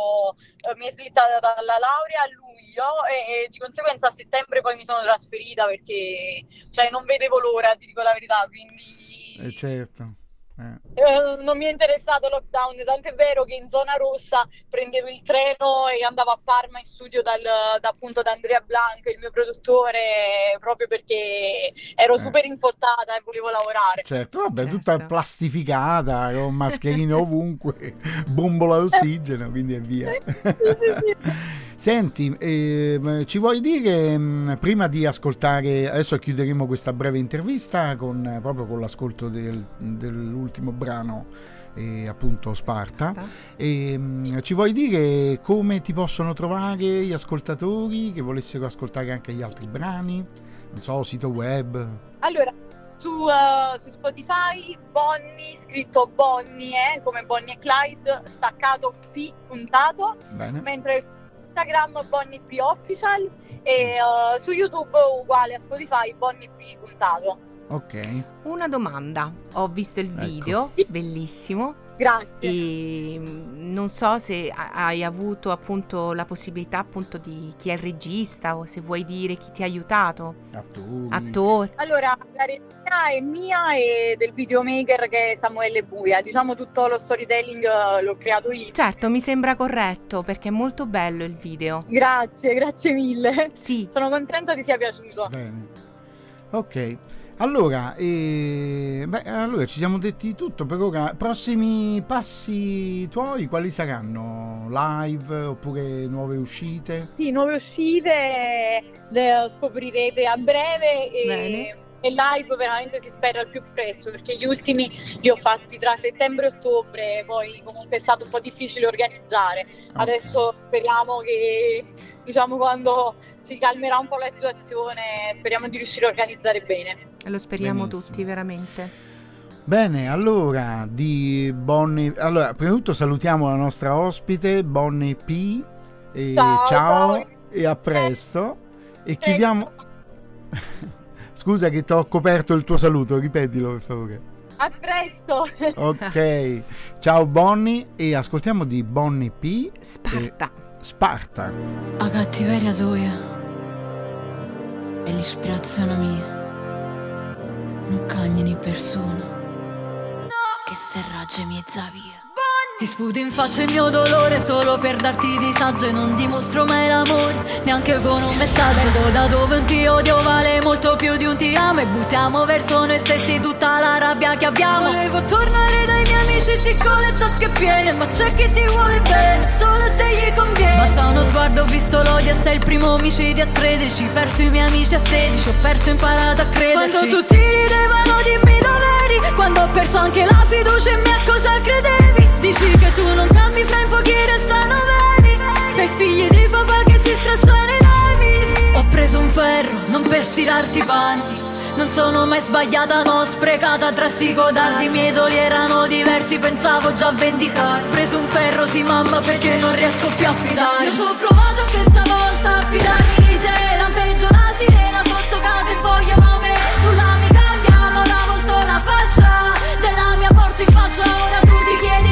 dalla laurea a luglio e di conseguenza a settembre poi mi sono trasferita perché, cioè, non vedevo l'ora, ti dico la verità, quindi certo. Non mi è interessato il lockdown, tanto è vero che in zona rossa prendevo il treno e andavo a Parma in studio appunto da Andrea Blanc, il mio produttore, proprio perché ero super infottata e volevo lavorare. Certo, vabbè, tutta plastificata, con mascherine ovunque, bombola d'ossigeno, quindi e via. Senti, ci vuoi dire, prima di ascoltare, adesso chiuderemo questa breve intervista proprio con l'ascolto dell'ultimo brano, appunto Sparta, ci vuoi dire come ti possono trovare gli ascoltatori che volessero ascoltare anche gli altri brani, non so, sito web? Allora, su Spotify Bonnie, scritto Bonnie, come Bonnie e Clyde, staccato P puntato. Bene. Mentre Instagram Bonnie P Official e su YouTube uguale a Spotify Bonnie P puntato. Ok. Una domanda, ho visto il video, bellissimo. Grazie. E non so se hai avuto appunto la possibilità appunto di chi è il regista o se vuoi dire chi ti ha aiutato. Attori. Allora, la regia è mia e del videomaker che è Samuele Buia. Diciamo tutto lo storytelling l'ho creato io. Certo, mi sembra corretto perché è molto bello il video. Grazie mille. Sì. Sono contenta ti sia piaciuto. Bene. Ok. Allora, allora ci siamo detti tutto per ora. Prossimi passi tuoi quali saranno? Live oppure nuove uscite? Sì, nuove uscite le scoprirete a breve e live veramente si spera al più presto, perché gli ultimi li ho fatti tra settembre e ottobre, poi comunque è stato un po' difficile organizzare. Adesso speriamo che, diciamo, quando si calmerà un po' la situazione, speriamo di riuscire a organizzare bene. Lo speriamo. Benissimo. Tutti, veramente. Bene, allora prima di tutto salutiamo la nostra ospite Bonnie P. Ciao e a presto. E chiudiamo Scusa che ti ho coperto il tuo saluto, ripetilo per favore. A presto. Ok, ciao Bonnie, e ascoltiamo di Bonnie P. Sparta. La cattiveria tua è l'ispirazione mia, non cagni ni persona che se ragge miezza via. Ti sputo in faccia il mio dolore solo per darti disagio e non dimostro mai l'amore, neanche con un messaggio. Vengo da dove un ti odio vale molto più di un ti amo e buttiamo verso noi stessi tutta la rabbia che abbiamo. Volevo tornare dai miei amici sì con le tasche piene, ma c'è chi ti vuole bene solo se gli conviene. Basta uno sguardo, ho visto l'odio e sei il primo omicidio a 13. Perso i miei amici a 16, ho perso e imparato a crederci. Quando tutti ridevano dimmi dov'eri, quando ho perso anche la fiducia in me a cosa credevi. Dici che tu non cambi, fra in pochi restano veri, sei figli di papà che si stracciano i rami. Ho preso un ferro, non per stirarti i panni, non sono mai sbagliata, no, sprecata tra sti codardi. I miei idoli erano diversi, pensavo già a vendicare. Ho preso un ferro, sì mamma, perché non riesco più a fidare. Io ci ho provato anche stavolta a fidarmi di te, lampeggio una sirena sotto casa e vogliono me. Nulla mi cambia, ma una volta la faccia della mia porta in faccia, ora tu ti chiedi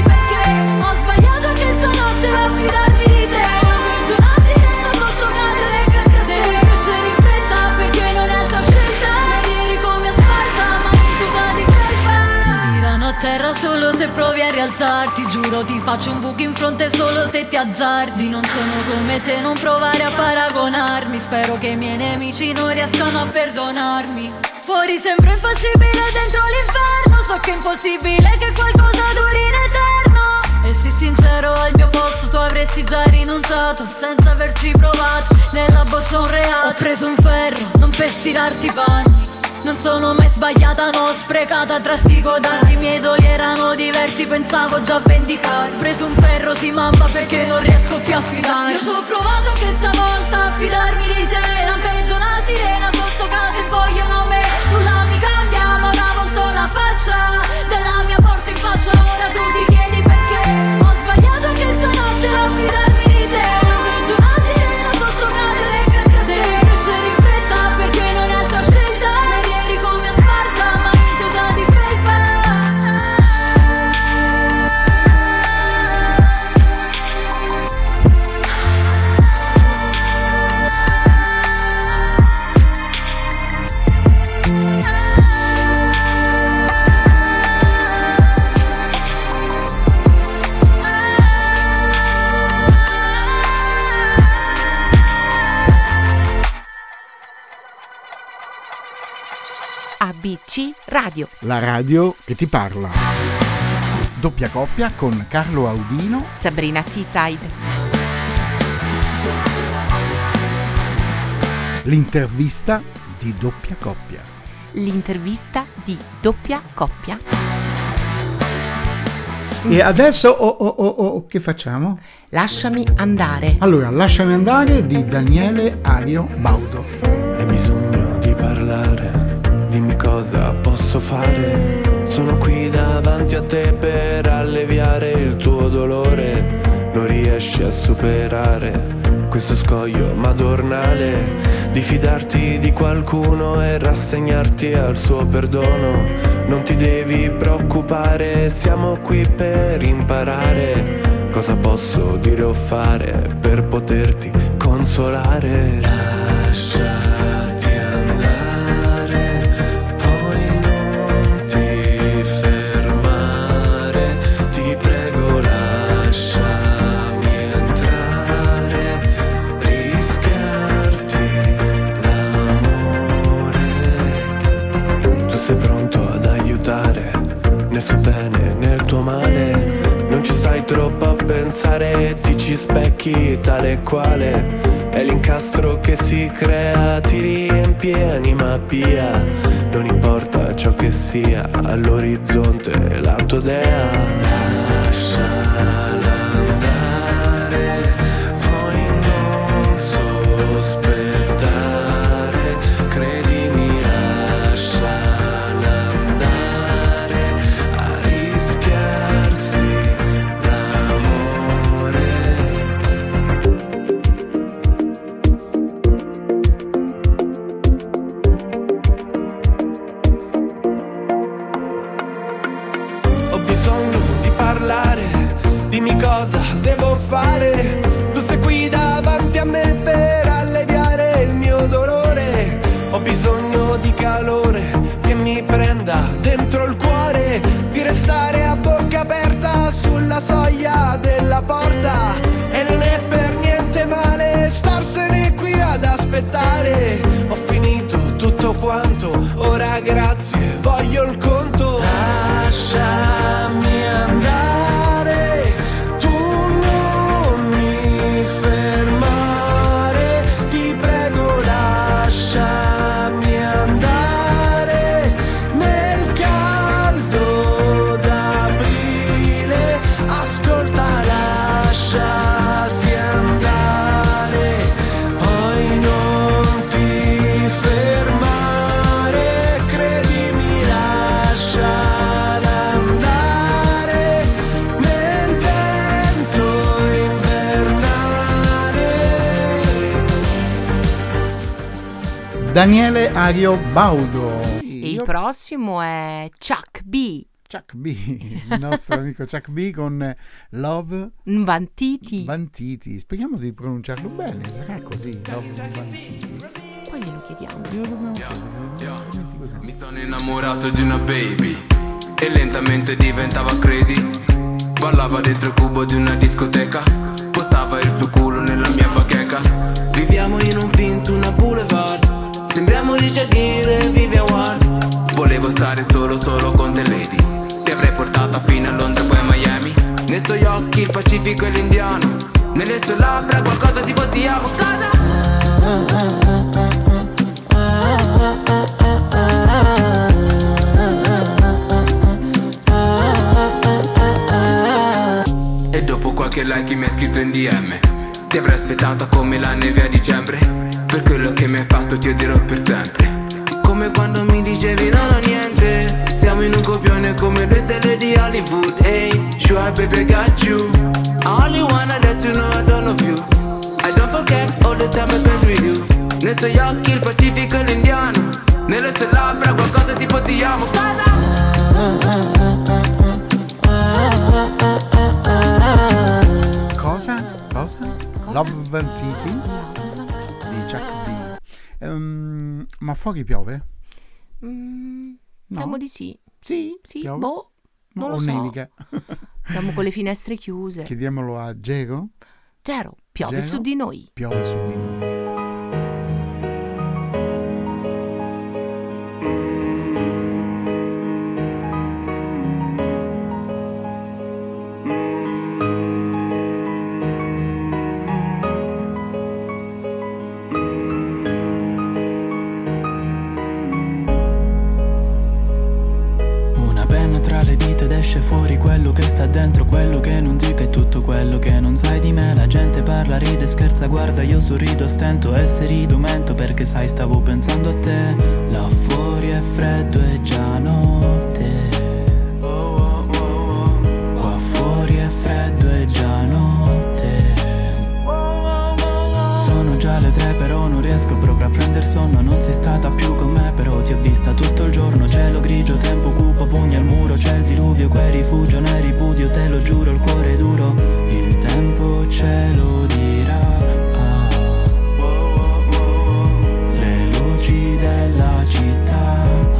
ho sbagliato anche stanotte a fidarmi di te. Lampeggio una sirena sotto casa e grazie a te. Devi crescere in fretta perché non è altra scelta. Ieri come a Sparta ma in tuta di felpa. Ti tirano a terra solo se provi a rialzarti, giuro ti faccio un buco in fronte solo se ti azzardi. Non sono come te, non provare a paragonarmi, spero che i miei nemici non riescano a perdonarmi. Fuori sembra impossibile, dentro l'inferno so che è impossibile che qualcosa duri in eterno. E sii sincero, al mio posto tu avresti già rinunciato senza averci provato, nella borsa un reato. Ho preso un ferro, non per stirarti i panni, non sono mai sbagliata, no, sprecata tra sti codardi. I miei idoli erano diversi, pensavo già a vendicare. Ho preso un ferro, sì mamma, perché non riesco più a fidare. Io ci ho provato anche stavolta a fidarmi di te, lampeggio una sirena sotto casa e vogliono me. Nulla mi cambia, ma una volta la faccia della mia porta in faccia, ora tu ti chiedi perché. Ho sbagliato anche stanotte a fidarmi di te, lampeggio una sirena sotto casa e grazie a te. Devi crescere in fretta perché non è altra scelta. Ieri come a Sparta ma in tuta di felpa. ABC Radio, la radio che ti parla. Doppia coppia con Carlo Audino, Sabrina Seaside. L'intervista di doppia coppia. L'intervista di doppia coppia. E adesso che facciamo? Lasciami andare. Allora, Lasciami andare di Daniele Ario Baudo. Hai bisogno di parlare, dimmi cosa posso fare. Sono qui davanti a te per alleviare il tuo dolore. Non riesci a superare questo scoglio madornale di fidarti di qualcuno e rassegnarti al suo perdono. Non ti devi preoccupare, siamo qui per imparare. Cosa posso dire o fare per poterti consolare? Lasciati andare, poi non ti fermare. Ti prego lasciami entrare, rischiarti l'amore. Tu sei pronto ad aiutare nel suo bene, nel tuo male. Non ci stai troppo a pensare, ti ci specchi tale e quale. È l'incastro che si crea, ti riempie anima pia. Non importa ciò che sia, all'orizzonte la tua dea. Lasciala andare, poi non sospettare. Credimi, lasciala andare a rischiarsi l'amore. bisogno di parlare, dimmi cosa devo fare. Tu sei qui davanti a me per alleviare il mio dolore. Ho bisogno di calore che mi prenda dentro il cuore, di restare a bocca aperta sulla soglia della porta. E non è per niente male starsene qui ad aspettare. Ho finito tutto quanto, ora grazie, voglio il conto. Lasciami andare, tu non mi fermare, ti prego lasciami andare nel caldo d'aprile. Ascolta, lasciati andare, poi non ti fermare, credimi, lasciala andare nel vento invernale. Daniele Ario Baudo. E il prossimo è Chuck B. Chuck B, il nostro amico Chuck B con Love Vantiti. Vantiti. Speriamo di pronunciarlo bene, sarà così, Love Vantiti. Poi glielo chiediamo. Mi sono innamorato di una baby e lentamente diventava crazy. Ballava dentro il cubo di una discoteca, postava il suo culo nella mia bacheca. Viviamo in un film su una boulevard, sembriamo di Shakira e Vivian Ward. Volevo stare solo con te lady, ti avrei portata fino a Londra poi a Miami. Nei suoi occhi il Pacifico e l'Indiano, nelle sue labbra qualcosa tipo ti amo. E dopo qualche like mi ha scritto in DM, ti avrei aspettata come la neve a dicembre. Per quello che mi hai fatto ti odierò per sempre. Come quando mi dicevi non ho niente, siamo in un copione come due stelle di Hollywood. Hey, sure baby I got you, I only wanna let you know I don't love you. I don't forget all the time I spent with you. Nei suoi occhi il Pacifico e l'Indiano, nelle sue labbra qualcosa tipo ti amo. Cosa? Love Vantiti di Chuck B. Ma fuori piove? Temo di sì. Sì? Piove? Boh, non o lo so. nevica? Siamo con le finestre chiuse. Chiediamolo a Gero. Gero, piove Gero? su di noi. Piove su di noi. Esce fuori quello che sta dentro, quello che non dico e tutto quello che non sai di me. La gente parla, ride, scherza, guarda, io sorrido, stento e se rido mento perché sai stavo pensando a te. Là fuori è freddo e già notte, qua fuori è freddo e già notte. Sono già le 3 però non riesco proprio a prender sonno. Non sei stata più con me però ti ho vista tutto il giorno. Cielo grigio, tempo cupo, pugni al muro. C'è il diluvio, quel rifugio nel ripudio. Te lo giuro, il cuore è duro, il tempo ce lo dirà. Le luci della città.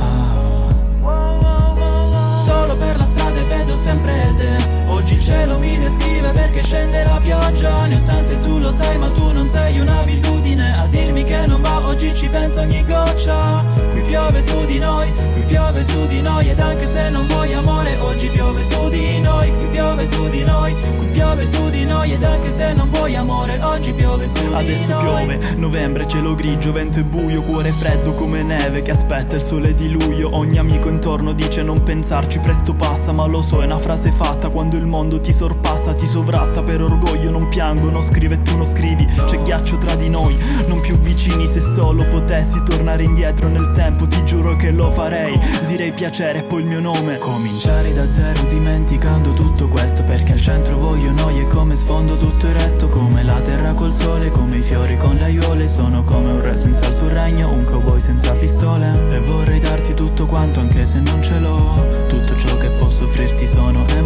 Solo per la strada e vedo sempre te. Oggi il cielo mi descrive perché scende la pioggia. Ne ho tante e tu lo sai ma tu non sei un'abitudine a dirmi che non va. Oggi ci pensa ogni goccia. Qui piove su di noi, qui piove su di noi. Ed anche se non vuoi amore oggi piove su di noi. Qui piove su di noi, qui piove su di noi. Ed anche se non vuoi amore oggi piove su di noi. Adesso piove, novembre, cielo grigio, vento e buio. Cuore freddo come neve che aspetta il sole di luglio. Ogni amico intorno dice non pensarci, presto passa. Ma lo so è una frase fatta quando il mondo ti sorpassa. Ti sovrasta per orgoglio, non piango, non scrivo e tu non scrivi. C'è ghiaccio tra di noi, non più vicini. Se solo potessi tornare indietro nel tempo ti giuro che lo farei. Direi piacere e poi il mio nome. Cominciare da zero dimenticando tutto questo, perché al centro voglio noi e come sfondo tutto il resto. Come la terra col sole, come i fiori con le aiuole. Sono come un re senza il suo regno, un cowboy senza pistole. E vorrei darti tutto quanto anche se non ce l'ho. Tutto ciò che posso offrirti sono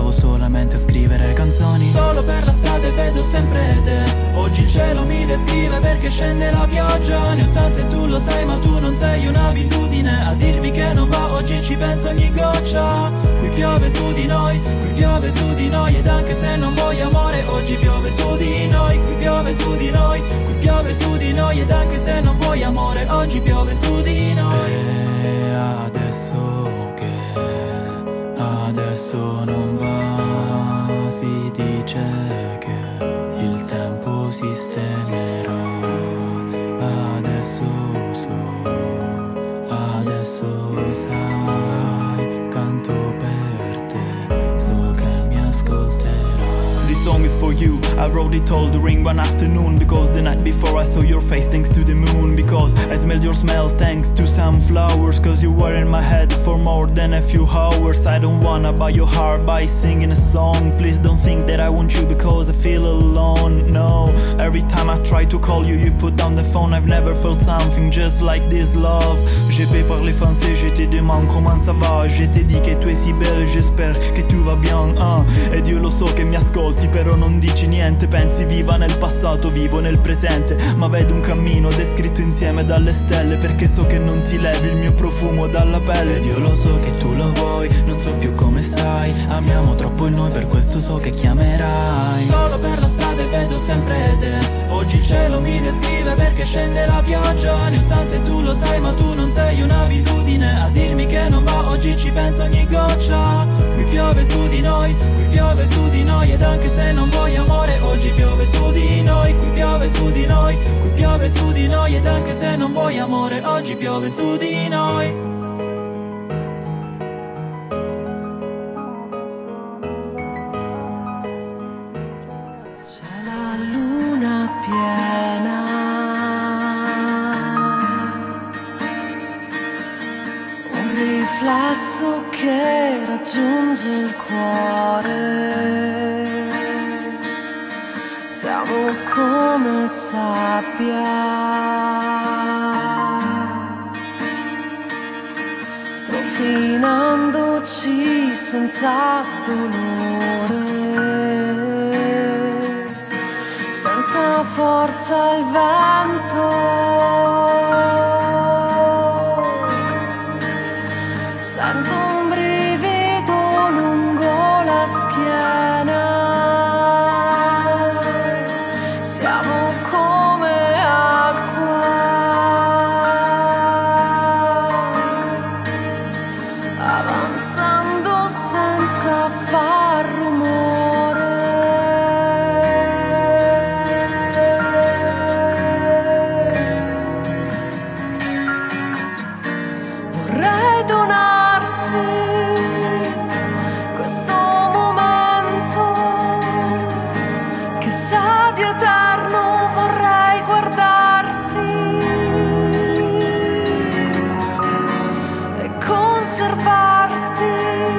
provo solamente a scrivere canzoni. Solo per la strada e vedo sempre te. Oggi il cielo mi descrive perché scende la pioggia. Anni 80 e tu lo sai ma tu non sei un'abitudine a dirmi che non va, oggi ci penso ogni goccia. Qui piove su di noi, qui piove su di noi. Ed anche se non vuoi amore, oggi piove su di noi. Qui piove su di noi, qui piove su di noi. Ed anche se non vuoi amore, oggi piove su di noi. E adesso non va, si dice che il tempo sistemerà. Adesso sai, canto per te, so che mi ascolterai. This song is for you. I wrote it all during one afternoon, because the night before I saw your face thanks to the moon, because I smelled your smell thanks to some flowers, cause you were in my head for more than a few hours. I don't wanna buy your heart by singing a song. Please don't think that I want you because I feel alone. No, every time I try to call you, you put down the phone. I've never felt something just like this love. J'ai payé par les français, je te demande comment ça va. Je t'ai dit che tu es si belle, j'espère che tu vas bien, Ed io lo so che mi ascolti, però non dici niente. Pensi viva nel passato, vivo nel presente, ma vedo un cammino descritto insieme dalle stelle, perché so che non ti levi il mio profumo dalla pelle. Ed io lo so che tu lo vuoi, non so più come stai. Amiamo troppo in noi, per questo so che chiamerai. Solo per la strada e vedo sempre te. Oggi il cielo mi descrive perché scende la pioggia. Anni 80 e tu lo sai ma tu non sei un'abitudine a dirmi che non va, oggi ci penso ogni goccia. Qui piove su di noi, qui piove su di noi. Ed anche se non vuoi amore, oggi piove su di noi. Qui piove su di noi, qui piove su di noi. Ed anche se non vuoi amore, oggi piove su di noi. Riflesso che raggiunge il cuore, siamo come sabbia, strofinandoci senza dolore, senza forza al vento. Sento un brivido lungo la schiena, siamo come acqua, avanzando senza far rumore. Vorrei donarti questo momento che sa di eterno, vorrei guardarti e conservarti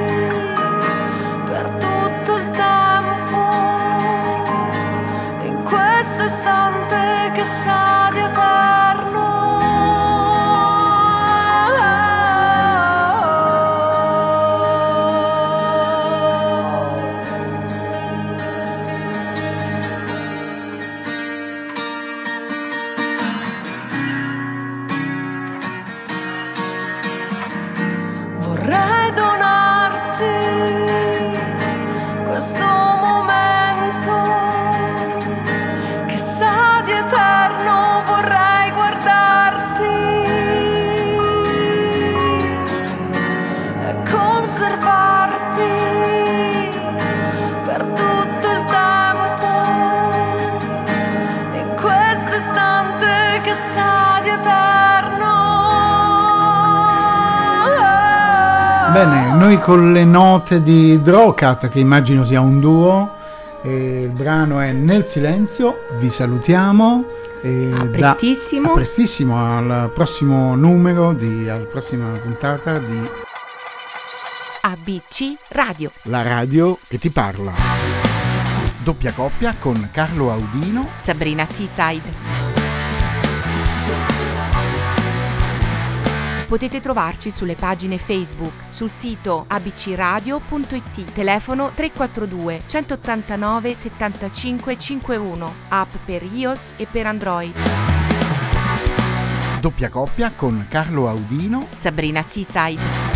per tutto il tempo, in questo istante che sa di eterno. Vorrei donarti questo momento che sa di eterno, vorrei guardarti e conservarti per tutto il tempo, in questo istante che sa di eterno. Bene, noi con le note di Drocat, che immagino sia un duo, il brano è Nel silenzio, vi salutiamo. A prestissimo. A prestissimo, al prossimo numero, alla prossima puntata di ABC Radio. La radio che ti parla. Doppia coppia con Carlo Audino, Sabrina Seaside. Potete trovarci sulle pagine Facebook, sul sito abcradio.it, telefono 342 189 75 51, app per iOS e per Android. Doppia coppia con Carlo Audino, Sabrina Seaside.